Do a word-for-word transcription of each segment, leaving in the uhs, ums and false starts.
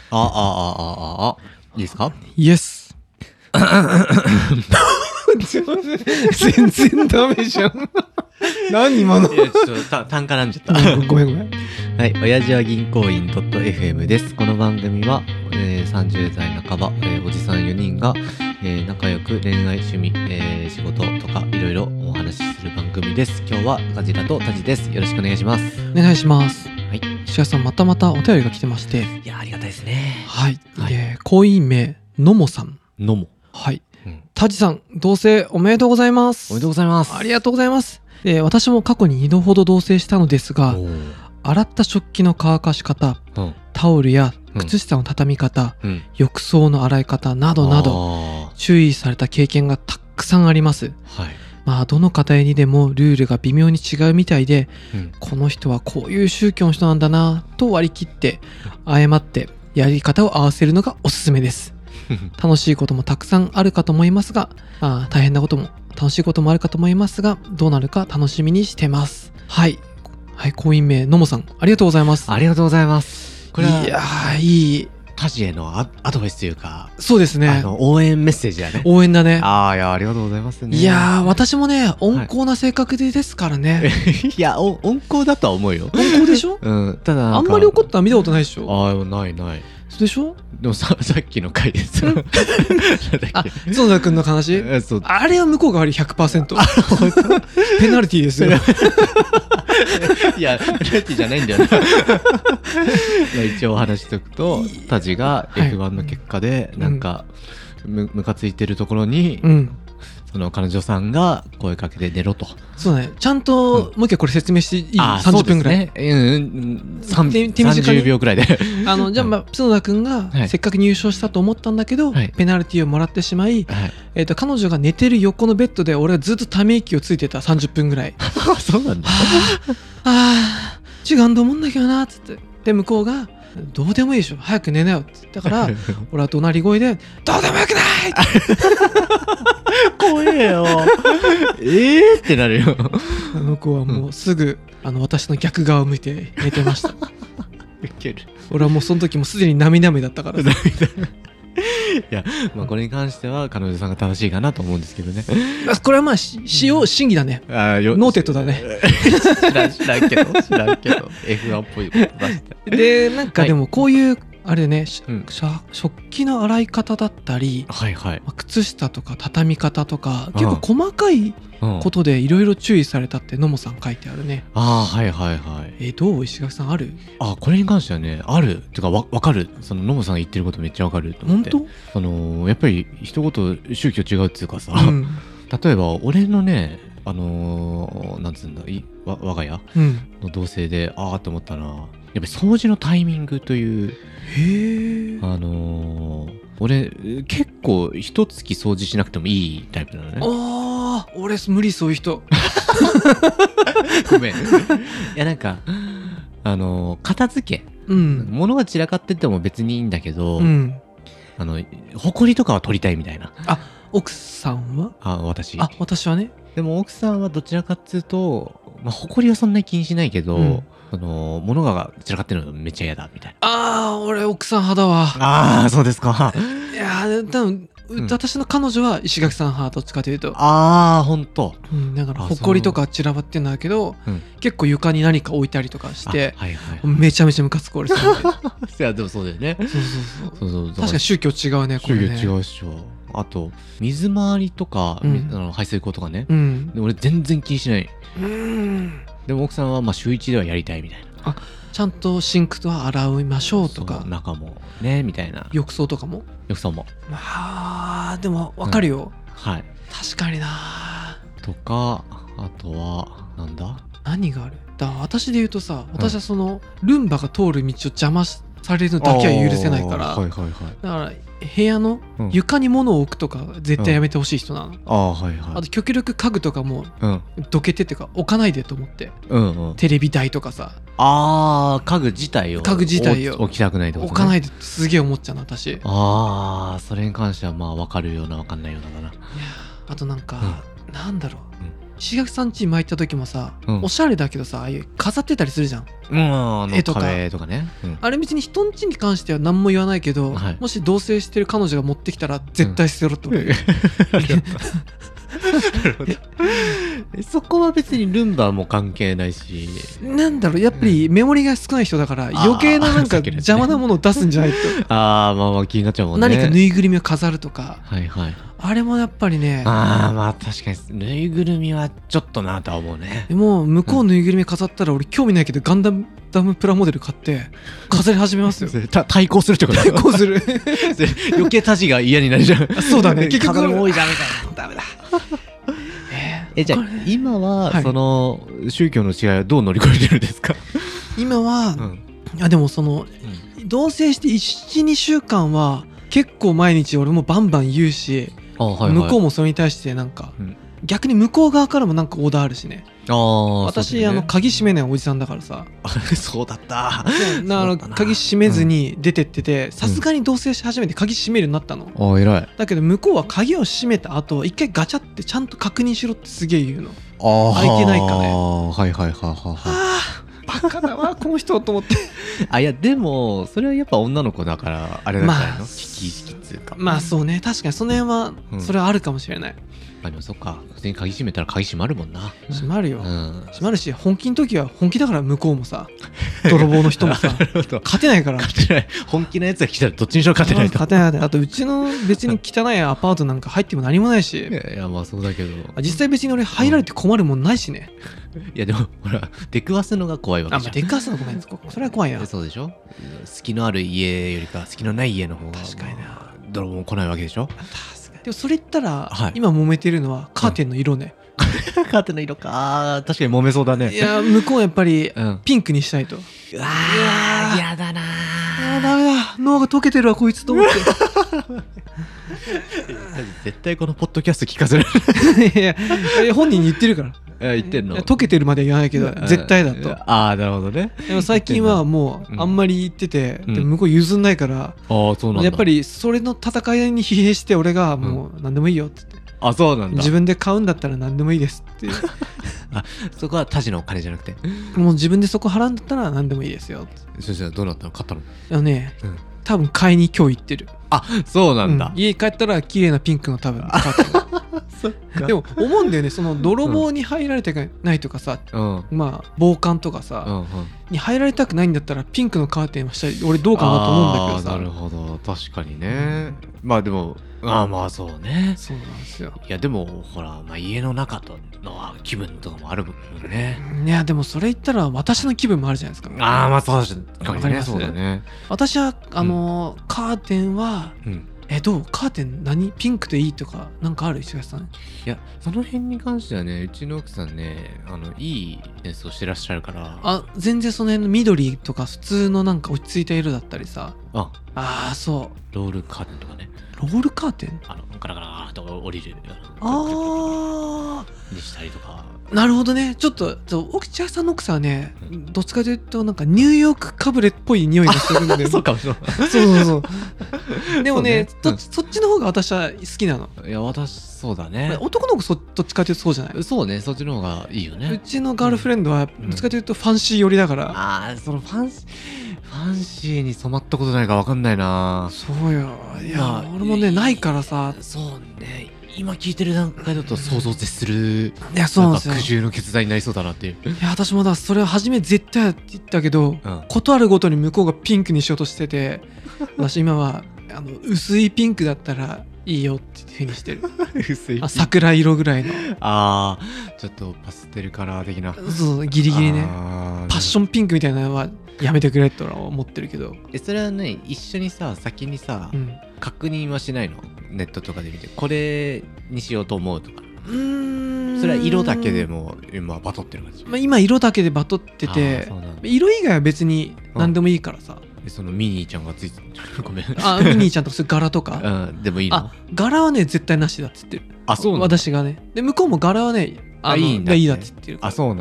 ああああああいいですか？ イエス。全然ダメじゃん。何今の。 いやちょっとた単価なんじゃった。 ごめんごめん。 はい、親父は銀行員 .fm です。この番組は、えー、さんじゅう代半ば、えー、おじさんよにんが、えー、仲良く恋愛、趣味、えー、仕事とかいろいろお話しする番組です。今日はガジラとタジです。よろしくお願いします。 お願いします。 はい。 石川さん、またまたお便りが来てまして。 いや、ありがたいですね。 はい。 はい、 えー、婚姻名、のもさん。 のも。 はい。 うん、 タジさん、同棲おめでとうございます。 おめでとうございます。 ありがとうございます。えー、私も過去ににどほど同棲したのですが、洗った食器の乾かし方、うん、タオルや靴下の畳み方、うん、浴槽の洗い方などなど注意された経験がたくさんあります、はい、まあどの家庭にでもルールが微妙に違うみたいで、うん、この人はこういう宗教の人なんだなと割り切って誤ってやり方を合わせるのがおすすめです楽しいこともたくさんあるかと思いますが、あ大変なことも楽しいこともあるかと思いますが、どうなるか楽しみにしてます。はいはい、婚姻名のもさん、ありがとうございます。 ありがとうございます。これはいやー、いいタジへのアアドバイスというか、 そうですね、 あの応援メッセージだね。 応援だね。 ああ、いや、ありがとうございますね。 いやー、私もね、温厚な性格でですからね、はい、 いや、お温厚だとは思うよ。 温厚でしょ。 うん、ただあんまり怒ったの見たことないでしょ。 ああ、ないないでしょ。 でも さ, さっきの回ですよあ、園田君の話、あれは向こうが悪い ひゃくパーセント ペナルティーですよいや、ペナルティーじゃないんだよな一応お話しとくと、タジが エフワン の結果でなんか、うん、む, むかついてるところに、うんその彼女さんが声かけて寝ろと。 そうね。ちゃんと、うん、もう一回これ説明していい？さんじゅっぷんぐらい。 ね、うん、さんじゅうびょうくらいで。 あの、じゃあ、まあ、園田くんがせっかく入賞したと思ったんだけど、はい、ペナルティをもらってしまい、はい、えっと、彼女が寝てる横のベッドで俺はずっとため息をついてたさんじゅっぷんぐらい。 そうなんだ。 ああ、違うんと思うんだけどな、つって。で、向こうが、どうでもいいでしょ、早く寝なよって言ったから俺は怒鳴り声でどうでもよくない怖えよえーってなるよ向こうはもうすぐ、うん、あの私の逆側を向いて寝てましたウケる。俺はもうその時もすでに涙目だったからいや、まあこれに関しては彼女さんが正しいかなと思うんですけどね。 これはまあ使用審議だね。あよノーテッドだね。 知らん知らんけど知らんけど エフワン っぽいこと出した。 でなんかでもこういう、はい、あれね、うん、食器の洗い方だったり、はいはいまあ、靴下とか畳み方とか結構細かいことでいろいろ注意されたって野茂さん書いてあるね。 ああはいはいはい。 えどう石垣さんある？ あこれに関してはねあるっていうかわ分かる。その野茂さんが言ってることめっちゃ分かると思って。 本当？ そのやっぱり一言宗教違うっていうかさ、うん、例えば俺のねあのー、なんつうんだいわ我が家の同棲で、うん、ああと思ったな。やっぱり掃除のタイミングというへあのー、俺結構一月掃除しなくてもいいタイプなのね。 ああ俺無理そういう人ごめんいやなんかあのー、片付け、うん、物が散らかってても別にいいんだけど、うん、あの埃とかは取りたいみたいな。 あ奥さんは？ あ私あ私はね。 でも奥さんはどちらかっていうと、まあ、埃はそんなに気にしないけど、うんあの物が散らかってるのめっちゃ嫌だみたいな。 ああ俺奥さん派だわ。 ああそうですか。 いや多分、うん、私の彼女は石垣さん派どっちかというと。 ああほんと、 うん、だからほこりとか散らばってんだけど、うん、結構床に何か置いたりとかして、はいはい、めちゃめちゃムカつく俺さいやでもそうだよね。そうそうそうそうそう確かに宗教違うねこれね。 宗教違うっしょ。あと水回りとか、うん、あの排水口とかね、うん、で俺全然気にしない。うんでも奥さんはまあ週一ではやりたいみたいな。 あちゃんとシンクと洗いましょうとか中もねみたいな。 浴槽とかも浴槽もまあでも分かるよ、うん、 はい確かになとかあとはなんだ何があるだ私で言うとさ私はその、うん、ルンバが通る道を邪魔されるのだけは許せないから、はいはいはい、だから部屋の床に物を置くとか絶対やめてほしい人なの、うん、あ, はいはい、あと極力家具とかもどけてっていうか置かないでと思って、うんうん、テレビ台とかさあー家具自体を家具自体を置きたくないってことね。 置かないですげえ思っちゃうな私。 あーそれに関してはまあ分かるような分かんないようなだな。いやあとなんか、うん、なんだろう、 石垣さん家前行った時もさ、 うん、 おしゃれだけどさ、ああいう飾ってたりするじゃん、 うん、あの絵とか壁とかね、うん、 あれ別に人ん家に関しては何も言わないけど、はい、もし同棲してる彼女が持ってきたら絶対捨てろって思う、うんそこは別にルンバも関係ないし、 なんだろう、やっぱりメモリが少ない人だから余計ななんか邪魔なものを出すんじゃないとああまあまあ気になっちゃうもんね。 何かぬいぐるみを飾るとか、 はいはい、 あれもやっぱりね、 ああまあ確かにぬいぐるみはちょっとなとは思うね。 でも向こうぬいぐるみ飾ったら俺興味ないけどガンダムダムプラモデル買って飾り始めますよ対抗するってこと対抗する余計タジが嫌になるじゃんそうだね、結局多いじゃんみたいなダメだえじゃあ今はその宗教の違いはどう乗り越えてるんですか？ 今は、うん、あでもその、うん、同棲していち、にしゅうかんは結構毎日俺もバンバン言うし、あ、はいはい、向こうもそれに対してなんか、うん、逆に向こう側からもなんかオーダーあるしね。あ私、ね、あの鍵閉めないおじさんだからさそうだったなあの鍵閉めずに出てってて、さすがに同棲し始めて鍵閉めるようになったの、 うん、あ偉い。 だけど向こうは鍵を閉めた後一回ガチャってちゃんと確認しろってすげえ言うの。あ開いてないかね。 はいはいはいはいはいあバカだわこの人と思ってあいやでもそれはやっぱ女の子だからあれだからの、まあ、危機意識っていうかまあそうね確かにその辺はそれはあるかもしれない、うんあでもそっか普通に鍵閉めたら鍵閉まるもんな。 閉まるよ、うん、閉まるし本気の時は本気だから向こうもさ泥棒の人もさ勝てないから勝てない本気のやつが来たらどっちにしろ勝てないと勝てない。あとうちの別に汚いアパートなんか入っても何もないしいやいやまあそうだけど実際別に俺入られて困るもんないしね、 うん、いやでもほら出くわすのが怖いわけじゃん。 あ、まあ、出くわすのごめんそれは怖いな。 そうでしょ。隙のある家よりか隙のない家の方が確かにな泥棒も来ないわけでしょ。 でもそれ言ったら、はい、今揉めてるのはカーテンの色ね、 うん、カーテンの色か確かに揉めそうだね。 いや向こうやっぱりピンクにしたいと、うん、 うわーやだなあダメだ脳が溶けてるわこいつと思って絶対このポッドキャスト聞かせられるいや本人に言ってるから言ってんの溶けてるまでは言わないけど絶対だと。 ああなるほどね。 でも最近はもうあんまり言ってて、うん、で向こう譲んないから、うん、あそうなんだやっぱりそれの戦いに疲弊して俺がもう何でもいいよって言って、 うん、あそうなんだ自分で買うんだったら何でもいいですってあそこはタジのお金じゃなくてもう自分でそこ払うんだったら何でもいいですよって。 そしたらどうなったの買ったの？ あのね、うん多分買いに今日行ってる。 あそうなんだ、 うん、家帰ったら綺麗なピンクの多分買ってるでも思うんだよねその泥棒に入られてないとかさ、うん、まあ防寒とかさ、うんうん、に入られたくないんだったらピンクのカーテンはしたり俺どうかなと思うんだけどさ。 なるほど確かにね、うん、まあでもああまあそうねそうなんですよ。 いやでもほら、まあ、家の中との気分とかもあるもんね。 いやでもそれ言ったら私の気分もあるじゃないですか。 ああまあそう確かにねそうだね。 私はあのーうん、カーテンは、うんえどうカーテン何ピンクでいいとかなんかある石橋さん？いやその辺に関してはねうちの奥さんねあのいいセンスをしてらっしゃるから。 あ全然その辺の緑とか普通のなんか落ち着いた色だったりさ。ああそうロールカーテンとかね。 ロールカーテンあのガラガラガラと降りるああにしたりとか。 なるほどね。ちょっと奥千葉さんの奥さんはね、うん、どっちかというとなんかニューヨークかぶれっぽい匂いがするんだよねそうかもしれないそうそうそうでもねそ、ねうん、そっちの方が私は好きなの。 いや私そうだね。 男の子そどっちかというとそうじゃない？ そうねそっちの方がいいよね。 うちのガールフレンドはどっちかというとファンシー寄りだから、うん、 ああそのファンシーファンシーに染まったことないか分かんないな。 そうよいや、まあ、俺もねないからさ。 そうね今聞いてる段階だと想像絶する、 いやそうなんですよ。 苦渋の決断になりそうだなっていう。 いや私もだそれを初め絶対って言ったけど、うん、ことあるごとに向こうがピンクにしようとしてて私今はあの薄いピンクだったらいいよっていう風にしてる薄いあ桜色ぐらいのあーちょっとパステルカラー的なそうギリギリねパッションピンクみたいなのはやめてくれとは思ってるけど。 えそれはね一緒にさ先にさ、うん、確認はしないの？ネットとかで見てこれにしようと思うとか。うーんそれは色だけでも今バトってる感じ、 まあ、今色だけでバトってて色以外は別に何でもいいからさ、 うん、そのミニーちゃんがついてるごめんあミニーちゃんとかそういう柄とか、 うん、でもいいの？ あ柄はね絶対なしだっつってる。 あそうなんだ。 私がねで向こうも柄はねあいいんだいいだっつってるから。 あそうなんだ。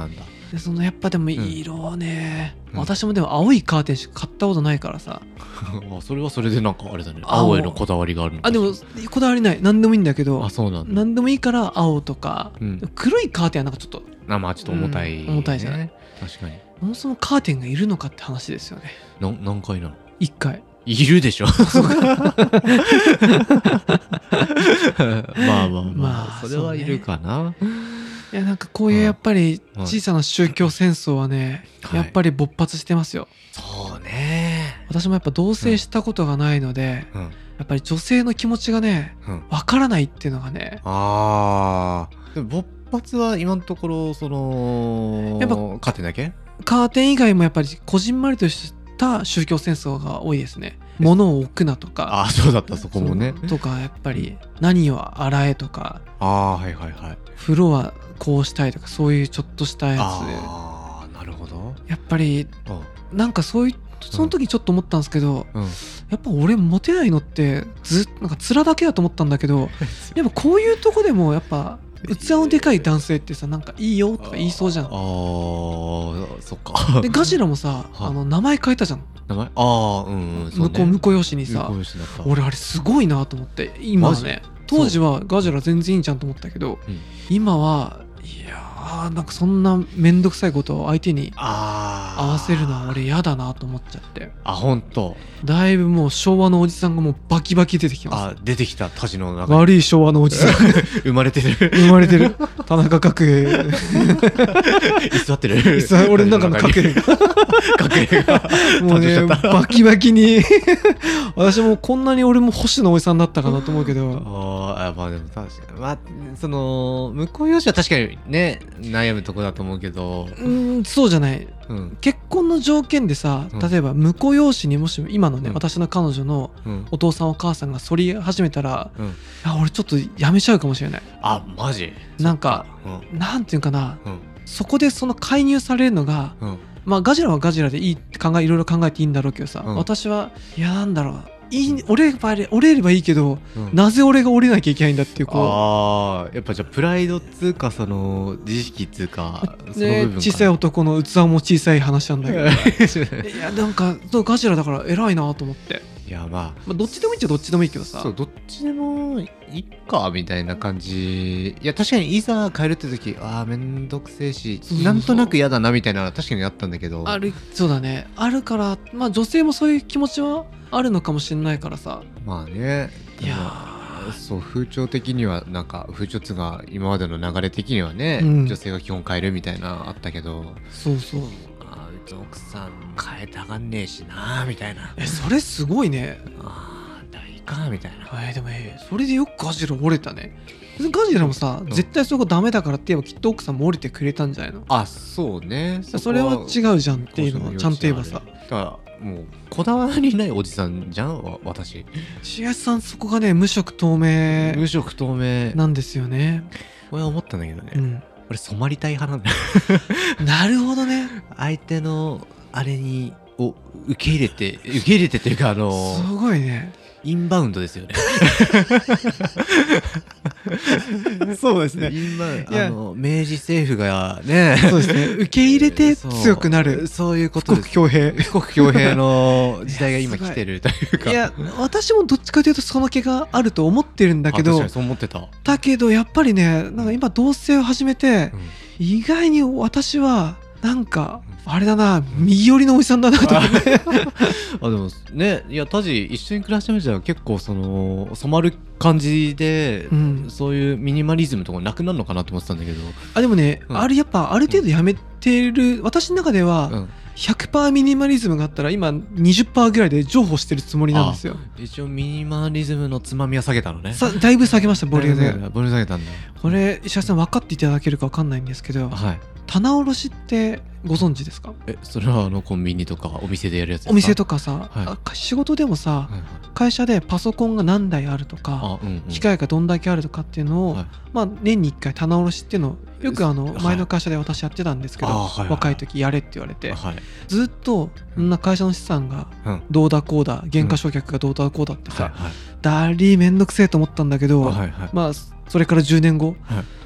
でそのやっぱでも色ね、 うん、 私もでも青いカーテンしか買ったことないからさあ、それはそれでなんかあれだね、青へのこだわりがあるのか。 あ、でもこだわりない、何でもいいんだけど。 あ、そうなんだ。 何でもいいから青とか、うん、黒いカーテンはなんかちょっと、 あ、まあちょっと重たい、ね、 うん、重たいじゃない。 確かに。 そもそもカーテンがいるのかって話ですよね。 な何回なの？ いっかい。 いるでしょまあまあまあ、まあ、それはいるかな。 いや、なんかこういうやっぱり小さな宗教戦争はね、はい、やっぱり勃発してますよ。 そうね。 私もやっぱ同棲したことがないので、うんうん、やっぱり女性の気持ちがね、うん、分からないっていうのがね。 ああ。でも勃発は今のところそのやっぱカーテンだけ？ カーテン以外もやっぱりこじんまりとした宗教戦争が多いですね。物を置くなとか。 あ、そうだった、そこもね。 とかやっぱり何を洗えとか。 ああ、はいはいはい。 風呂はこうしたいとか、そういうちょっとしたやつ。 ああ、なるほど。 やっぱりなんかそういうその時ちょっと思ったんですけど、うん、やっぱ俺モテないのってずなんか面だけだと思ったんだけどやっぱこういうとこでもやっぱ器のでかい男性ってさ、なんかいいよとか言いそうじゃん。ああ、 そっか。 でガジラもさ、あの名前変えたじゃん。 名前？ああ、うん、うん、そうね。 向こう用紙にさ、俺あれすごいなと思って。今はね、当時はガジラ全然いいじゃんと思ったけど、うん、今はいやー、なんかそんなめんどくさいことを相手に合わせるのは俺嫌だなと思っちゃって。 あ、ほんと。 だいぶもう昭和のおじさんがもうバキバキ出てきます。 あ、出てきた。タジの中に悪い昭和のおじさん生まれてる生まれてる田中角栄居座ってる。 俺の中の角栄が角栄がもうねバキバキに私もこんなに俺も星野おじさんだったかなと思うけど。 ああ、まあでも確かに、まあその向こう用紙は確かにね悩むとこだと思うけど、 うん、そうじゃない、うん、結婚の条件でさ、例えば婿養子にもし今のね、うん、私の彼女のお父さんお母さんが反り始めたら、うん、いや俺ちょっとやめちゃうかもしれない。 あ、マジ？ なんか、うん、なんていうかな、うん、そこでその介入されるのが、うん、まあガジラはガジラでいいって考えいろいろ考えていいんだろうけどさ、うん、私はいやなんだろういい折れれば折れればいいけど、うん、なぜ俺が折れなきゃいけないんだっていうこう、 ああ、やっぱじゃあプライドっつうかその自意識っつうか、その部分か、 小さい男の器も小さい話なんだけどいやなんかガジラだから偉いなと思って。 いや、まあ、 まあどっちでもいいっちゃどっちでもいいけどさ、 そうどっちでもいいかみたいな感じ。いや確かにいざ変えるって時、ああめんどくせえし、そうそうそう、なんとなく嫌だなみたいなのは確かにあったんだけど、 ある、そうだね、あるから、まあ女性もそういう気持ちはあるのかもしれないからさ。 まあね、いやそう風潮的にはなんか風潮っつうか今までの流れ的にはね、うん、女性が基本変えるみたいなあったけど、 そうそう、 あうちの奥さん変えたがんねえしなみたいな。 えそれすごいね。 ああ大かみたいな。 えー、でもえー、それでよくガジラ折れたね。ガジラもさ、うん、絶対そこダメだからって言えばきっと奥さんも折れてくれたんじゃないの。 あ、そうね。 そ, それは違うじゃんっていうのはちゃんと言えばさ。 だからもうこだわりないおじさんじゃん私。 しやしさんそこがね無色透明無色透明なんですよね。 これは思ったんだけどね、うん、俺染まりたい派なんだなるほどね。 相手のあれにを受け入れて受け入れてというかあのすごいね、 インバウンドですよねそうですね。 インバウンド、あの明治政府がね、 そうですね、受け入れて強くなる、 そう、そういうことです。 富国強兵富国強兵の時代が今来てるというか、 いや私もどっちかというとその気があると思ってるんだけど、 確かにそう思ってた。だけどやっぱりね、なんか今同棲を始めて、うん、意外に私はなんかあれだな、右寄りのおじさんだなと思ってあ、でもね、いやタジ一緒に暮らしてみたら結構その染まる感じで、うん、そういうミニマリズムとかなくなるのかなと思ってたんだけど、 あでもね、うん、あれやっぱある程度やめてる、うん、私の中では、うん、ひゃくパーセント ミニマリズムがあったら今 にじゅっパーセント ぐらいで譲歩してるつもりなんですよ。 一応ミニマリズムのつまみは下げたのね。 さだいぶ下げました、ボリューム。 ボリューム下げたんだ。 これ石橋さん分かっていただけるか分かんないんですけど、はい、棚卸しってご存知ですか？ え、それはあのコンビニとかお店でやるやつですか？ お店とかさ、はい、仕事でもさ、はいはい、会社でパソコンが何台あるとか、うんうん、機械がどんだけあるとかっていうのを、はい、まあ、年にいっかい棚卸しっていうのをよくあの前の会社で私やってたんですけど、はい、若い時やれって言われて、はい、ずっとそんな会社の資産がどうだこうだ、減価償却がどうだこうだってさ、だりーめんどくせえと思ったんだけど、はいはい、まあそれからじゅうねんご、はい、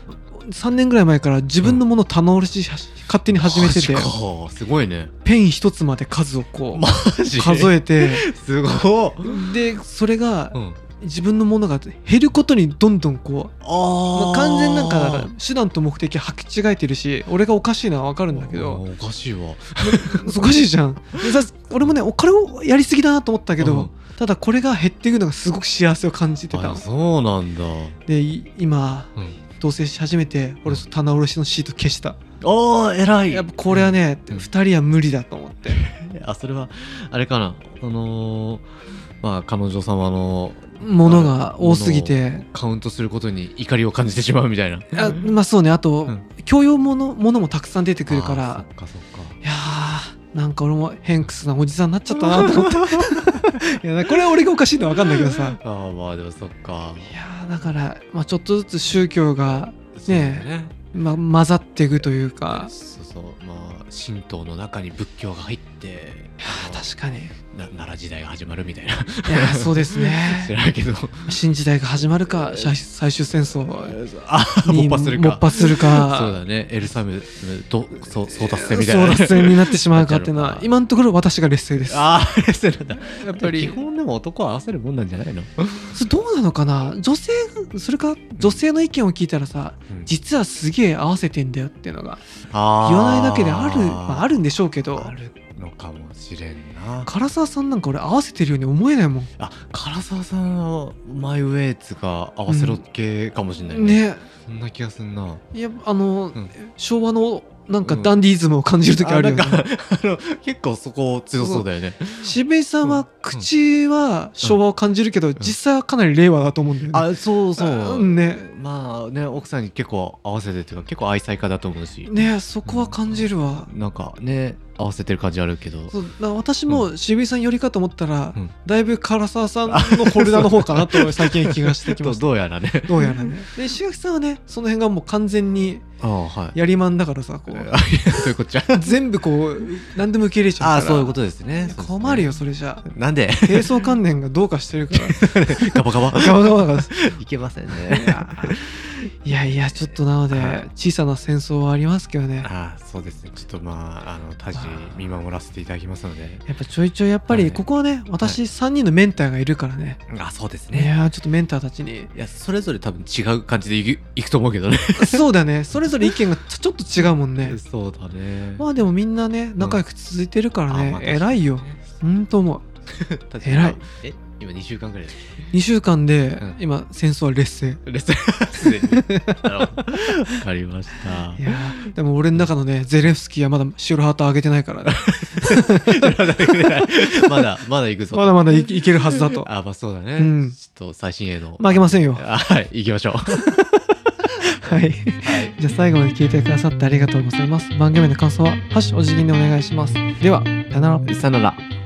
さんねんぐらい前から自分のものを棚卸し勝手に始めてて、 マジかすごいね。 ペン一つまで数をこマジう数えてすごい。 でそれがうん自分のものが減ることにどんどんこう、 あまあ、完全なんか手段と目的履き違えてるし、俺がおかしいのは分かるんだけど、 おかしいわ。 おかしいじゃん。でさ俺もねこれをやりすぎだなと思ったけど、 うん、 ただこれが減っていくのがすごく幸せを感じてたの。 そうなんだ。 で今、 うん、 同棲し始めて俺棚卸しのシート消した。 おー偉い。 やっぱこれはね、うん、ふたりは無理だと思って。 あそれはあれかな、あのー、まあ彼女様のものが多すぎてカウントすることに怒りを感じてしまうみたいな。 あまあそうね。あと、うん、共用ものものもたくさん出てくるから、 そっかそっか。 いやーなんか俺もヘンクスなおじさんになっちゃったなと思っていやこれは俺がおかしいのは分かんないけどさ。 ああまあでもそっか。 いやだから、まあ、ちょっとずつ宗教がねえ、まあ、混ざっていくというか。 そうそう、まあ神道の中に仏教が入って、いや確かにな奈良時代が始まるみたいな。いやそうですね。 知らないけど新時代が始まるか最終戦争に勃発するか勃発するかそうだね。エルサムと争奪戦みたいな、 争奪戦になってしまうかっていうのは今のところ私が劣勢です。 ああ劣勢なんだ。 やっぱり基本でも男は合わせるもんなんじゃないのそれどうなのかな。女性それか女性の意見を聞いたらさ、うん、実はすげえ合わせてんだよっていうのが言わないだけである、まあ、あるんでしょうけど。 あるのかもしれんな。 唐沢さんなんか俺合わせてるように思えないもん。 あ唐沢さんはマイウェイツが合わせろ系かもしれないね、うん、 ね。 そんな気がすんな。 いやあの、うん、昭和のなんかダンディーズムを感じる時あるよね、うん、ああの結構そこ強そうだよね。 渋井さんは口は昭和を感じるけど、うん、実際はかなり令和だと思うんだよね。 あそうそう、 うん、ね。 まあね奥さんに結構合わせてっていうか結構愛妻家だと思うしね。そこは感じるわ、 うん、なんかね合わせてる感じあるけど。 そうだ私も渋井さん寄りかと思ったら、うん、だいぶ唐沢さんのフォルダの方かなと最近気がしてきましたどうやらねどうやらね。で石垣さんはねその辺がもう完全にやりまんだからさ、こうそういうこっちゃ全部こう何でも受け入れちゃうから。 あそういうことですね。 困るよそれじゃ。 なんで低層観念がどうかしてるからガバガバガバガバだからいけませんね。 いやいやちょっとなので小さな戦争はありますけどね。 あそうですね。ちょっとまああのタジ見守らせていただきますので、 やっぱちょいちょいやっぱりここはね、私さんにんのメンターがいるからね。 あそうですね。 いやちょっとメンターたちにいやそれぞれ多分違う感じでいく、いくと思うけどねそうだね。それぞれ意見がちょっと違うもんね。 そうだね。 まあでもみんなね仲良く続いてるからね、偉いよ。ほんと思う偉い。 え今にしゅうかんぐらいにしゅうかんで、うん、今戦争は劣勢劣勢なるほどわかりました。 いやでも俺の中のねゼレンスキーはまだ白ハート上げてないからねまだまだ行くぞ。 まだまだいけるはずだと。 あまあそうだね、うん、ちょっと最新鋭の負けませんよ。 はい行きましょうはい、はい、じゃあ最後まで聞いてくださってありがとうございます。番組の感想はハッシュお辞儀でお願いします。ではさよなら。 さよなら。